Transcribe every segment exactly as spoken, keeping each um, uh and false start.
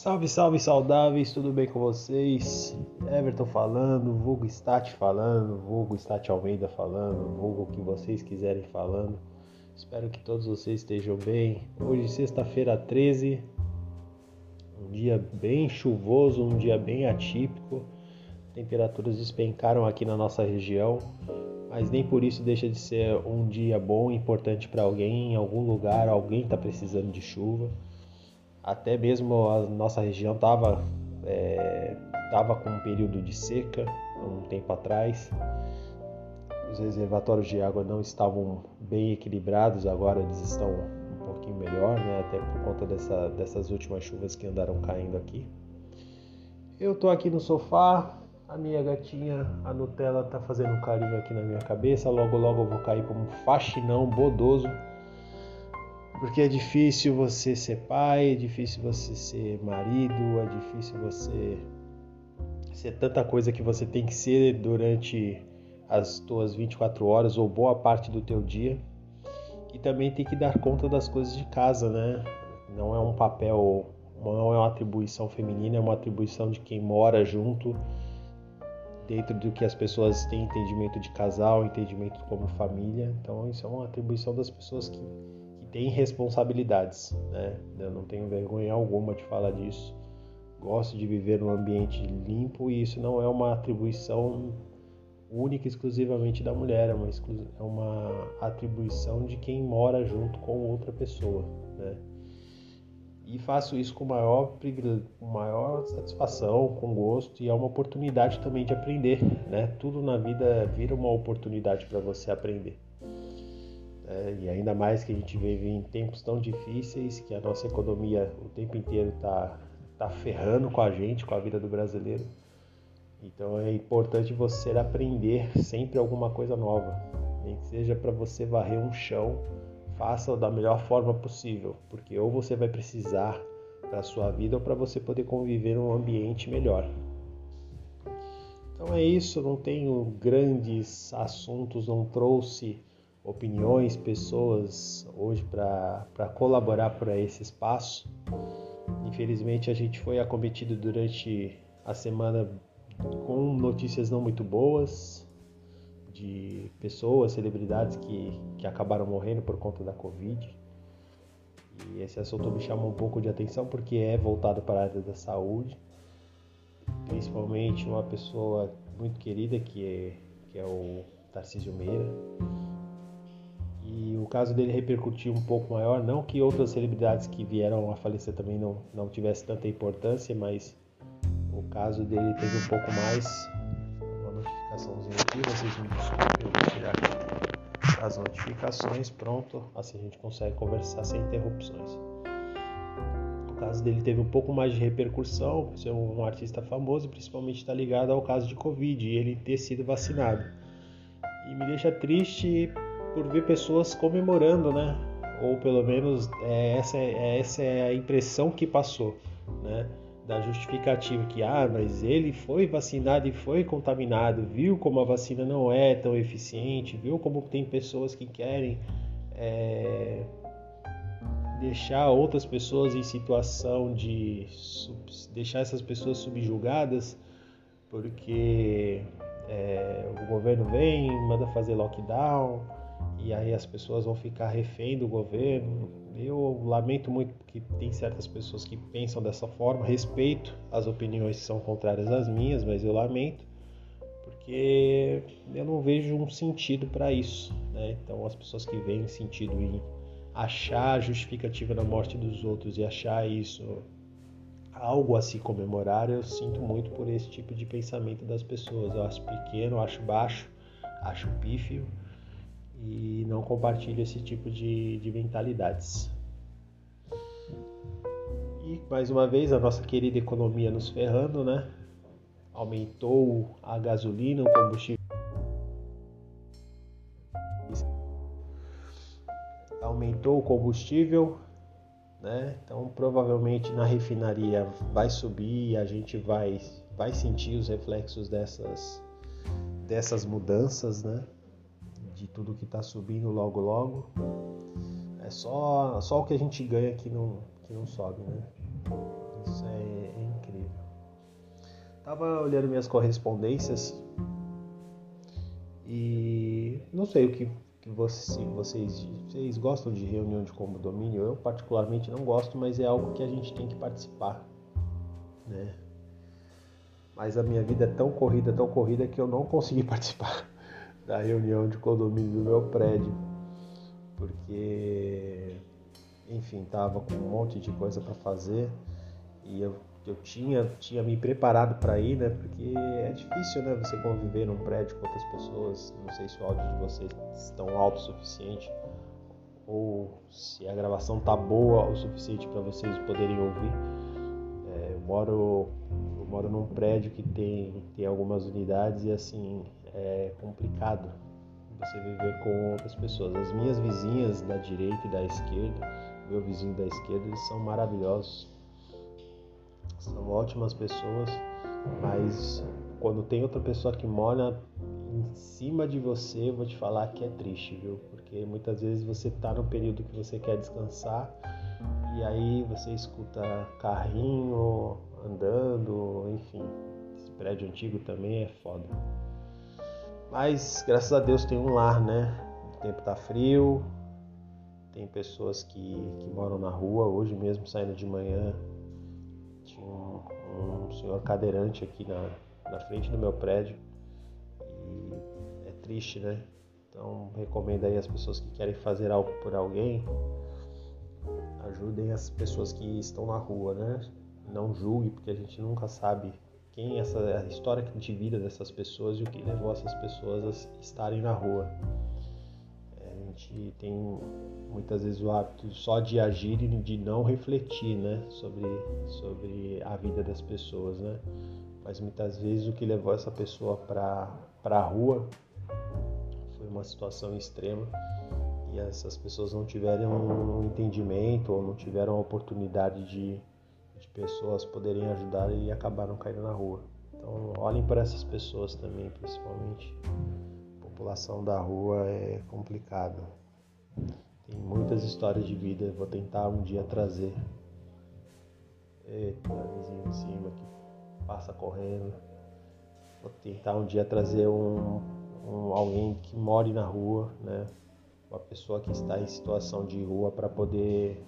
Salve, salve, saudáveis, tudo bem com vocês? Everton falando, vulgo Stat falando, vulgo Stat Almeida falando, vulgo o que vocês quiserem falando. Espero que todos vocês estejam bem. Hoje, sexta-feira treze, um dia bem chuvoso, um dia bem atípico. Temperaturas despencaram aqui na nossa região, mas nem por isso deixa de ser um dia bom e importante para alguém. Em algum lugar, alguém está precisando de chuva. Até mesmo a nossa região estava é, tava com um período de seca um tempo atrás. Os reservatórios de água não estavam bem equilibrados, agora eles estão um pouquinho melhor, né? Até por conta dessa, dessas últimas chuvas que andaram caindo aqui. Eu tô aqui no sofá, a minha gatinha, a Nutella, tá fazendo um carinho aqui na minha cabeça. Logo logo eu vou cair como um faxinão bodoso. Porque é difícil você ser pai, é difícil você ser marido, é difícil você ser tanta coisa que você tem que ser durante as tuas vinte e quatro horas ou boa parte do teu dia. E também tem que dar conta das coisas de casa, né? Não é um papel, não é uma atribuição feminina, é uma atribuição de quem mora junto, dentro do que as pessoas têm entendimento de casal, entendimento como família. Então isso é uma atribuição das pessoas que tem responsabilidades, né? Eu não tenho vergonha alguma de falar disso. Gosto de viver num ambiente limpo e isso não é uma atribuição única e exclusivamente da mulher, é uma, exclu... é uma atribuição de quem mora junto com outra pessoa, né? E faço isso com maior, com maior satisfação, com gosto, e é uma oportunidade também de aprender, né? Tudo na vida vira uma oportunidade para você aprender. É, e ainda mais que a gente vive em tempos tão difíceis, que a nossa economia o tempo inteiro está tá ferrando com a gente, com a vida do brasileiro. Então é importante você aprender sempre alguma coisa nova, nem que seja para você varrer um chão, faça da melhor forma possível, porque ou você vai precisar para a sua vida ou para você poder conviver num ambiente melhor. Então é isso, não tenho grandes assuntos, não trouxe opiniões, pessoas hoje para colaborar para esse espaço. Infelizmente a gente foi acometido durante a semana com notícias não muito boas de pessoas, celebridades que, que acabaram morrendo por conta da Covid. E esse assunto me chama um pouco de atenção porque é voltado para a área da saúde, principalmente uma pessoa muito querida que é, que é o Tarcísio Meira. E o caso dele repercutiu um pouco maior, não que outras celebridades que vieram a falecer também não, não tivessem tanta importância, mas o caso dele teve um pouco mais. Uma notificaçãozinha aqui, vocês me desculpem, eu vou tirar aqui as notificações, pronto, assim a gente consegue conversar sem interrupções. O caso dele teve um pouco mais de repercussão, por ser um artista famoso, principalmente está ligado ao caso de Covid e ele ter sido vacinado. E me deixa triste por ver pessoas comemorando, né? Ou pelo menos é, essa, é, essa é a impressão que passou, né? Da justificativa que, ah, mas ele foi vacinado e foi contaminado, viu como a vacina não é tão eficiente, viu como tem pessoas que querem é, deixar outras pessoas em situação de deixar essas pessoas subjugadas, porque é, o governo vem, manda fazer lockdown, e aí as pessoas vão ficar refém do governo. Eu lamento muito que tem certas pessoas que pensam dessa forma, respeito as opiniões que são contrárias às minhas, mas eu lamento, porque eu não vejo um sentido para isso, né? Então as pessoas que veem sentido em achar justificativa na morte dos outros e achar isso algo a se comemorar, eu sinto muito por esse tipo de pensamento das pessoas. Eu acho pequeno, acho baixo, acho pífio, e não compartilho esse tipo de, de mentalidades. E mais uma vez a nossa querida economia nos ferrando, né? Aumentou a gasolina, o combustível, aumentou o combustível, né? Então provavelmente na refinaria vai subir e a gente vai, vai sentir os reflexos dessas, dessas mudanças, né? De tudo que está subindo logo logo. É só, só o que a gente ganha que não, que não sobe, né? Isso é, é incrível. Tava olhando minhas correspondências e não sei o que, que você, vocês, vocês gostam de reunião de condomínio. Eu particularmente não gosto, mas é algo que a gente tem que participar, né? Mas a minha vida é tão corrida, tão corrida que eu não consegui participar da reunião de condomínio do meu prédio, porque, enfim, tava com um monte de coisa para fazer e eu, eu tinha, tinha me preparado para ir, né? Porque é difícil, né? Você conviver num prédio com outras pessoas. Não sei se o áudio de vocês estão alto o suficiente ou se a gravação tá boa o suficiente para vocês poderem ouvir. É, eu moro eu moro num prédio que tem, tem algumas unidades e assim é complicado você viver com outras pessoas. As minhas vizinhas da direita e da esquerda, meu vizinho da esquerda, eles são maravilhosos. São ótimas pessoas, mas quando tem outra pessoa que mora em cima de você, eu vou te falar que é triste, viu? Porque muitas vezes você tá no período que você quer descansar e aí você escuta carrinho andando, enfim. Esse prédio antigo também é foda. Mas graças a Deus tem um lar, né? O tempo tá frio, tem pessoas que, que moram na rua. Hoje mesmo, saindo de manhã, tinha um, um senhor cadeirante aqui na, na frente do meu prédio e é triste, né? Então recomendo aí as pessoas que querem fazer algo por alguém, ajudem as pessoas que estão na rua, né? Não julgue, porque a gente nunca sabe quem essa a história de vida dessas pessoas e o que levou essas pessoas a estarem na rua. A gente tem muitas vezes o hábito só de agir e de não refletir, né, sobre, sobre a vida das pessoas, né? Mas muitas vezes o que levou essa pessoa para para a rua foi uma situação extrema e essas pessoas não tiveram um entendimento ou não tiveram a oportunidade de, de pessoas poderem ajudar e acabaram caindo na rua. Então olhem para essas pessoas também, principalmente. A população da rua é complicado. Tem muitas histórias de vida, vou tentar um dia trazer. Eita, vizinho de cima que passa correndo. Vou tentar um dia trazer um, um alguém que more na rua, né? Uma pessoa que está em situação de rua para poder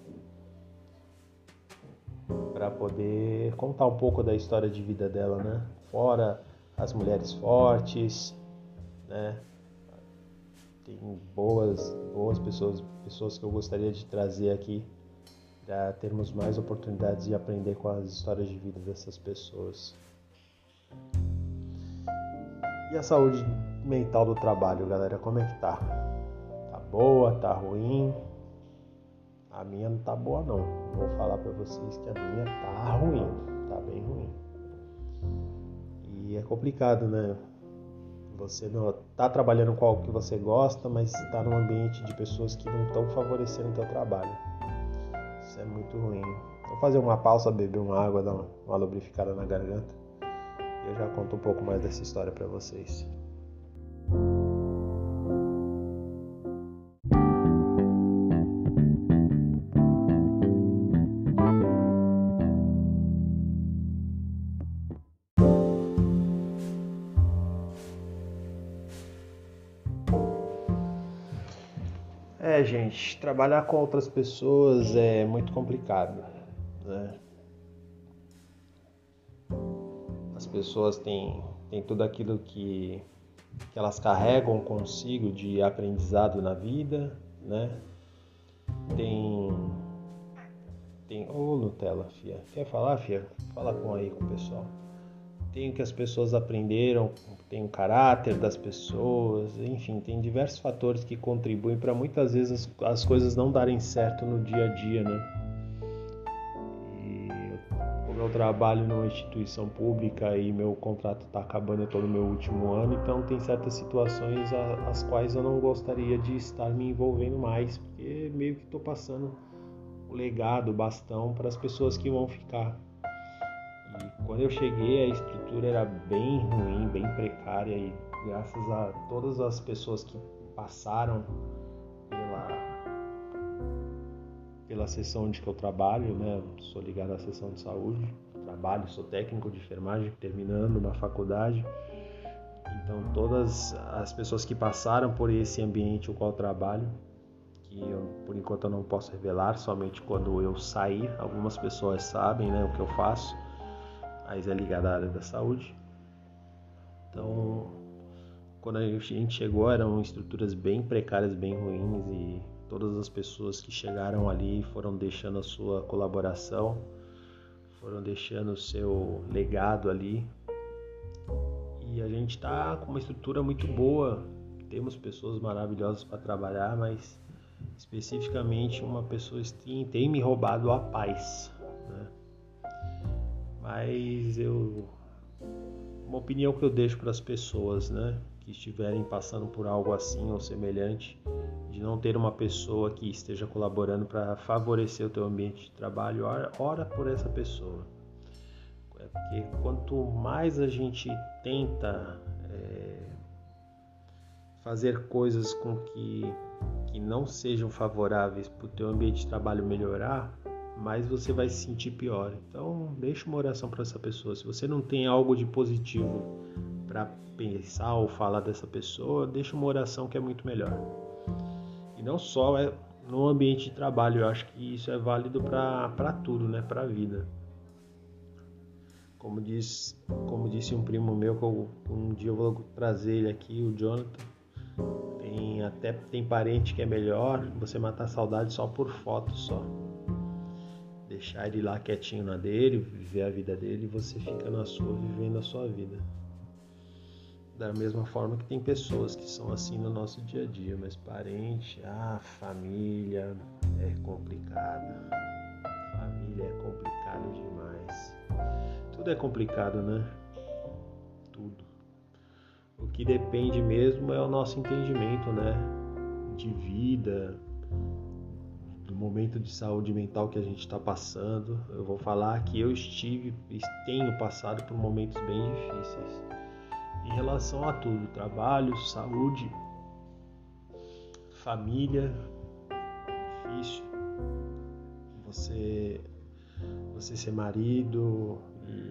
para poder contar um pouco da história de vida dela, né? Fora as mulheres fortes, né? Tem boas boas pessoas, pessoas que eu gostaria de trazer aqui para termos mais oportunidades de aprender com as histórias de vida dessas pessoas. E a saúde mental do trabalho, galera, como é que tá? Tá boa, tá ruim? A minha não tá boa não. Vou falar pra vocês que a minha tá ruim, tá bem ruim. E é complicado, né? Você não tá trabalhando com algo que você gosta, mas está num ambiente de pessoas que não estão favorecendo o teu trabalho. Isso é muito ruim. Vou fazer uma pausa, beber uma água, dar uma lubrificada na garganta. E eu já conto um pouco mais dessa história pra vocês. É, gente, trabalhar com outras pessoas é muito complicado, né? As pessoas têm, têm tudo aquilo que, que elas carregam consigo de aprendizado na vida, né? Tem... tem... Ô, oh, Nutella, fia. Quer falar, fia? Fala com aí com o pessoal. Tem o que as pessoas aprenderam, tem o caráter das pessoas, enfim, tem diversos fatores que contribuem para muitas vezes as, as coisas não darem certo no dia a dia, né? E como eu trabalho numa instituição pública e meu contrato está acabando, eu estou no meu último ano, então tem certas situações as quais eu não gostaria de estar me envolvendo mais, porque meio que estou passando o legado, o bastão para as pessoas que vão ficar. E quando eu cheguei, a estrutura era bem ruim, bem precária e graças a todas as pessoas que passaram pela, pela seção onde que eu trabalho, né? Sou ligado à seção de saúde, trabalho, sou técnico de enfermagem, terminando uma faculdade. Então todas as pessoas que passaram por esse ambiente o qual eu trabalho, que eu, por enquanto eu não posso revelar, somente quando eu sair, algumas pessoas sabem, né, o que eu faço, mas é ligado à área da saúde. Então, quando a gente chegou, eram estruturas bem precárias, bem ruins, e todas as pessoas que chegaram ali foram deixando a sua colaboração, foram deixando o seu legado ali. E a gente está com uma estrutura muito boa, temos pessoas maravilhosas para trabalhar, mas especificamente uma pessoa tem, tem me roubado a paz, né? Mas eu, uma opinião que eu deixo para as pessoas, né, que estiverem passando por algo assim ou semelhante, de não ter uma pessoa que esteja colaborando para favorecer o teu ambiente de trabalho, ora, ora por essa pessoa. É porque quanto mais a gente tenta é, fazer coisas com que, que não sejam favoráveis para o teu ambiente de trabalho melhorar, mais você vai se sentir pior. Então, deixa uma oração para essa pessoa. Se você não tem algo de positivo para pensar ou falar dessa pessoa, deixa uma oração que é muito melhor. E não só é no ambiente de trabalho, eu acho que isso é válido para tudo, né? Para a vida. Como, diz, como disse um primo meu, que eu, um dia eu vou trazer ele aqui, o Jonathan, tem até tem parente que é melhor você matar a saudade só por foto só. Deixar ele lá quietinho na dele, viver a vida dele, e você fica na sua, vivendo a sua vida. Da mesma forma que tem pessoas que são assim no nosso dia a dia, mas parente, ah, família é complicado. Família é complicado demais. Tudo é complicado, né? Tudo. O que depende mesmo é o nosso entendimento, né? De vida, do momento de saúde mental que a gente está passando. Eu vou falar que eu estive e tenho passado por momentos bem difíceis. Em relação a tudo, trabalho, saúde, família, difícil. Você, você ser marido e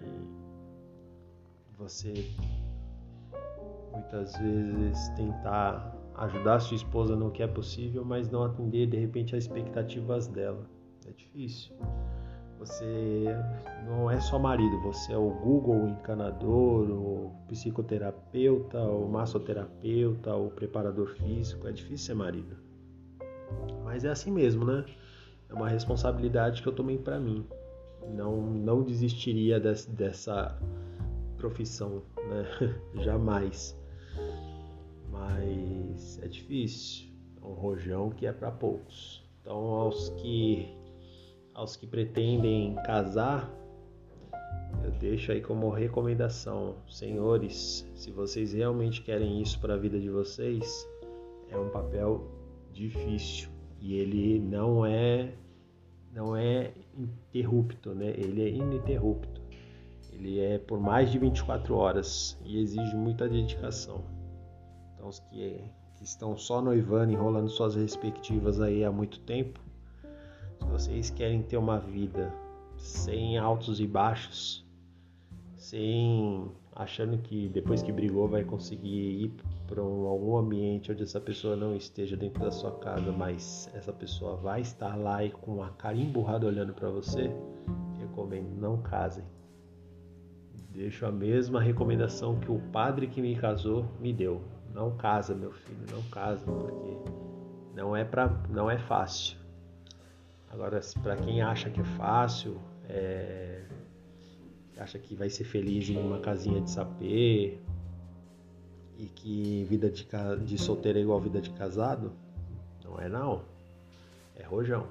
você muitas vezes tentar ajudar sua esposa no que é possível, mas não atender de repente as expectativas dela. É difícil. Você não é só marido, você é o Google, o encanador, o psicoterapeuta, o massoterapeuta, o preparador físico. É difícil ser marido. Mas é assim mesmo, né? É uma responsabilidade que eu tomei pra mim. Não, não desistiria desse, dessa profissão, né? Jamais. Mas é difícil. É um rojão que é pra poucos. Então, aos que... Aos que pretendem casar, eu deixo aí como recomendação, senhores, se vocês realmente querem isso para a vida de vocês, é um papel difícil e ele não é não é interrupto, né? Ele é ininterrupto. Ele é por mais de vinte e quatro horas e exige muita dedicação. Então, os que, que estão só noivando, enrolando suas respectivas aí há muito tempo, se vocês querem ter uma vida sem altos e baixos, sem achando que depois que brigou vai conseguir ir para um, algum ambiente onde essa pessoa não esteja dentro da sua casa, mas essa pessoa vai estar lá e com a cara emburrada olhando para você, recomendo, não casem. Deixo a mesma recomendação que o padre que me casou me deu. Não casa, meu filho, não casa, porque não é, pra, não é fácil. Agora, para quem acha que é fácil, é... acha que vai ser feliz em uma casinha de sapê e que vida de, de solteiro é igual vida de casado, não é não, é rojão.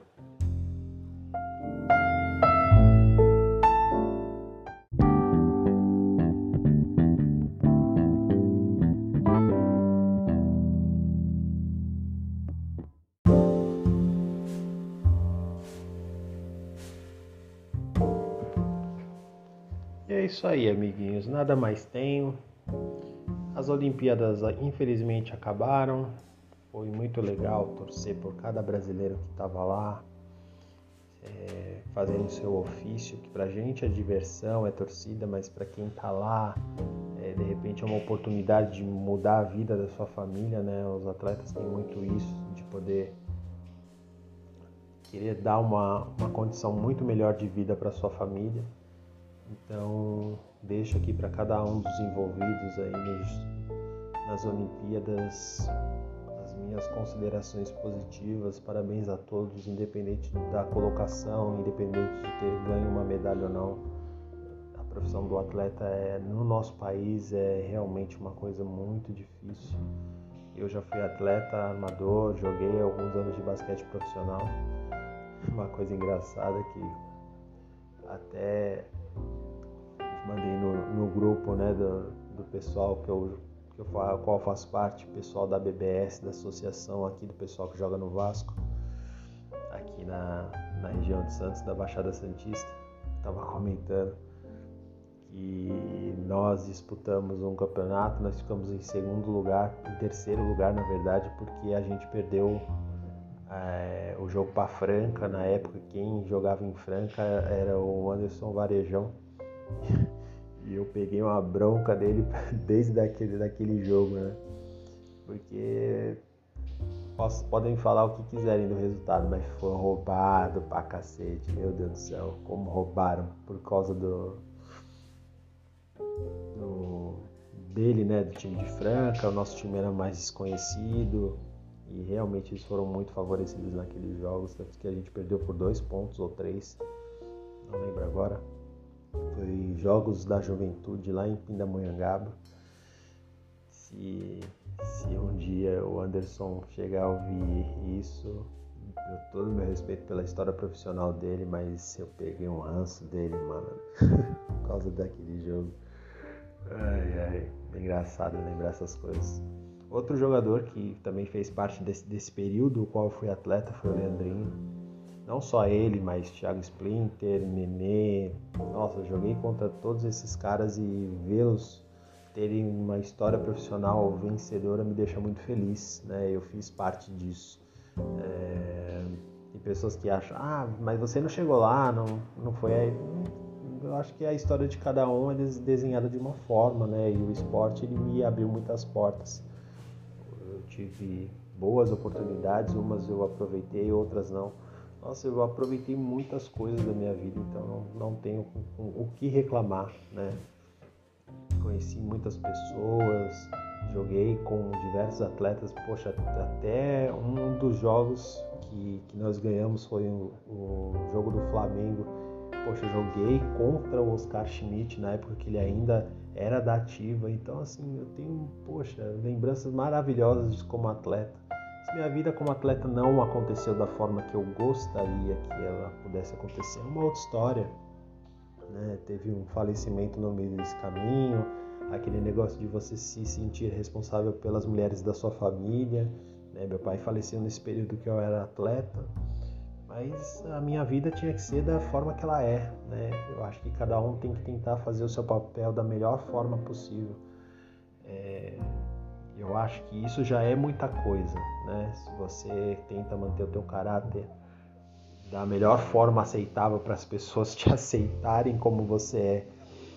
E é isso aí, amiguinhos. Nada mais tenho. As Olimpíadas, infelizmente, acabaram. Foi muito legal torcer por cada brasileiro que estava lá. é, fazendo o seu ofício, que pra gente é diversão, é torcida, mas para quem tá lá, é, de repente é uma oportunidade de mudar a vida da sua família, né? Os atletas têm muito isso, de poder querer dar uma, uma condição muito melhor de vida para sua família. Então, deixo aqui para cada um dos envolvidos aí nos, nas Olimpíadas as minhas considerações positivas. Parabéns a todos, independente da colocação, independente de ter ganho uma medalha ou não. A profissão do atleta é, no nosso país é realmente uma coisa muito difícil. Eu já fui atleta amador, joguei alguns anos de basquete profissional. Uma coisa engraçada que até mandei no, no grupo, né, do, do pessoal que eu, que eu qual faço parte, pessoal da B B S, da associação aqui do pessoal que joga no Vasco, aqui na, na região de Santos, da Baixada Santista. Estava comentando que nós disputamos um campeonato, nós ficamos em segundo lugar, em terceiro lugar na verdade, porque a gente perdeu é, o jogo para Franca. Na época quem jogava em Franca era o Anderson Varejão. E eu peguei uma bronca dele desde aquele, daquele jogo, né? Porque posso, podem falar o que quiserem do resultado, mas foi roubado pra cacete, meu Deus do céu, como roubaram por causa do, do dele, né? Do time de Franca. O nosso time era mais desconhecido e realmente eles foram muito favorecidos naqueles jogos, tanto que a gente perdeu por dois pontos ou três, não lembro agora. Foi Jogos da Juventude lá em Pindamonhangaba. Se, se um dia o Anderson chegar a ouvir isso, eu todo o meu respeito pela história profissional dele, mas eu peguei um ranço dele, mano, por causa daquele jogo. Ai, ai, é engraçado lembrar essas coisas. Outro jogador que também fez parte desse, desse período, o qual eu fui atleta, foi o Leandrinho. Não só ele, mas Thiago Splinter, Nenê. Nossa, eu joguei contra todos esses caras e vê-los terem uma história profissional vencedora me deixa muito feliz, né? Eu fiz parte disso. É... Tem pessoas que acham, ah, mas você não chegou lá, não, não foi aí. Eu acho que a história de cada um é desenhada de uma forma, né? E o esporte, ele me abriu muitas portas. Eu tive boas oportunidades, umas eu aproveitei, outras não. Nossa, eu aproveitei muitas coisas da minha vida, então não, não tenho o que reclamar, né? Conheci muitas pessoas, joguei com diversos atletas. Poxa, até um dos jogos que, que nós ganhamos foi o, o jogo do Flamengo. Poxa, eu joguei contra o Oscar Schmidt na época que ele ainda era da ativa. Então, assim, eu tenho, poxa, lembranças maravilhosas como atleta. Se minha vida como atleta não aconteceu da forma que eu gostaria que ela pudesse acontecer, é uma outra história, né? Teve um falecimento no meio desse caminho, aquele negócio de você se sentir responsável pelas mulheres da sua família, né? Meu pai faleceu nesse período que eu era atleta, mas a minha vida tinha que ser da forma que ela é, né? Eu acho que cada um tem que tentar fazer o seu papel da melhor forma possível. É... Eu acho que isso já é muita coisa, né? Se você tenta manter o teu caráter da melhor forma aceitável para as pessoas te aceitarem como você é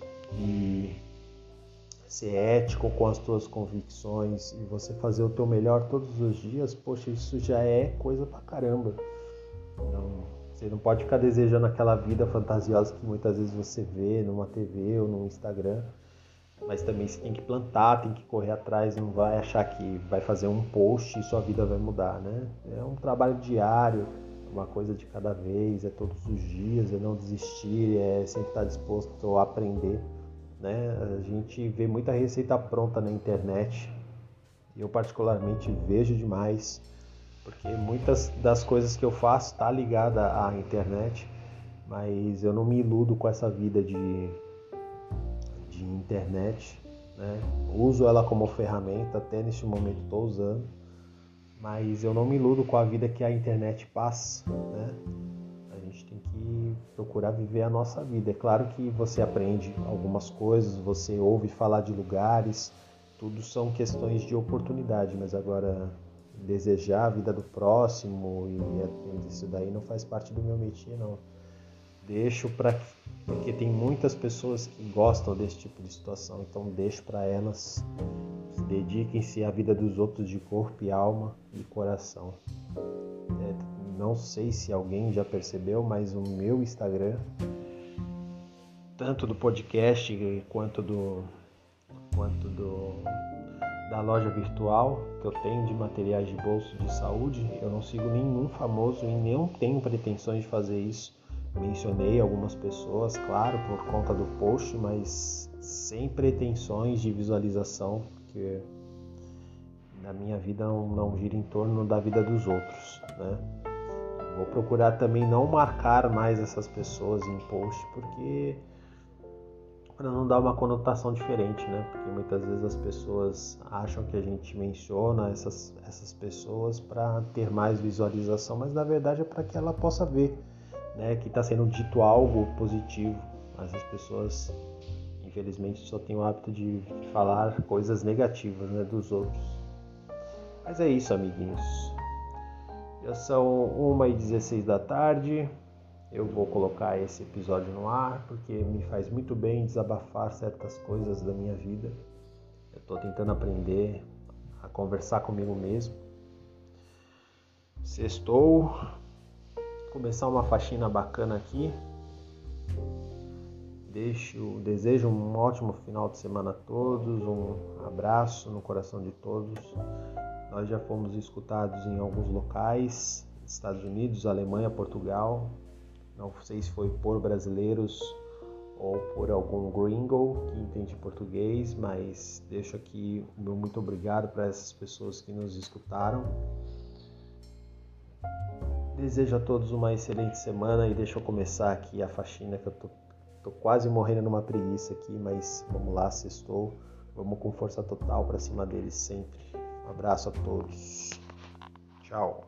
e ser ético com as tuas convicções e você fazer o teu melhor todos os dias, poxa, isso já é coisa pra caramba. Não, você não pode ficar desejando aquela vida fantasiosa que muitas vezes você vê numa T V ou no Instagram. Mas também você tem que plantar, tem que correr atrás, não vai achar que vai fazer um post e sua vida vai mudar, né? É um trabalho diário, uma coisa de cada vez, é todos os dias, é não desistir, é sempre estar disposto a aprender, né? A gente vê muita receita pronta na internet, eu particularmente vejo demais, porque muitas das coisas que eu faço tá ligada à internet, mas eu não me iludo com essa vida de de internet, né? Uso ela como ferramenta, até neste momento estou usando, mas eu não me iludo com a vida que a internet passa, né? A gente tem que procurar viver a nossa vida. É claro que você aprende algumas coisas, você ouve falar de lugares, tudo são questões de oportunidade, mas agora desejar a vida do próximo e isso daí não faz parte do meu métier, não. Deixo para porque tem muitas pessoas que gostam desse tipo de situação, então deixo para elas, dediquem-se à vida dos outros de corpo e alma e coração. É, não sei se alguém já percebeu, mas o meu Instagram, tanto do podcast quanto do quanto do da loja virtual que eu tenho de materiais de bolso de saúde, eu não sigo nenhum famoso e nem tenho pretensões de fazer isso. Mencionei algumas pessoas, claro, por conta do post, mas sem pretensões de visualização, porque na minha vida não, não gira em torno da vida dos outros, né? Vou procurar também não marcar mais essas pessoas em post, porque para não dar uma conotação diferente, né? Porque muitas vezes as pessoas acham que a gente menciona essas, essas pessoas para ter mais visualização, mas na verdade é para que ela possa ver, né, que está sendo dito algo positivo. Mas as pessoas, infelizmente, só têm o hábito de falar coisas negativas, né, dos outros. Mas é isso, amiguinhos. Já são uma e dezesseis da tarde. Eu vou colocar esse episódio no ar porque me faz muito bem desabafar certas coisas da minha vida. Eu estou tentando aprender a conversar comigo mesmo. Sextou. Começar uma faxina bacana aqui. Deixo, desejo um ótimo final de semana a todos, um abraço no coração de todos. Nós já fomos escutados em alguns locais, Estados Unidos, Alemanha, Portugal. Não sei se foi por brasileiros ou por algum gringo que entende português, mas deixo aqui o meu muito obrigado para essas pessoas que nos escutaram. Desejo a todos uma excelente semana e deixa eu começar aqui a faxina, que eu tô, tô quase morrendo numa preguiça aqui, mas vamos lá, sextou. Vamos com força total para cima deles sempre. Um abraço a todos. Tchau.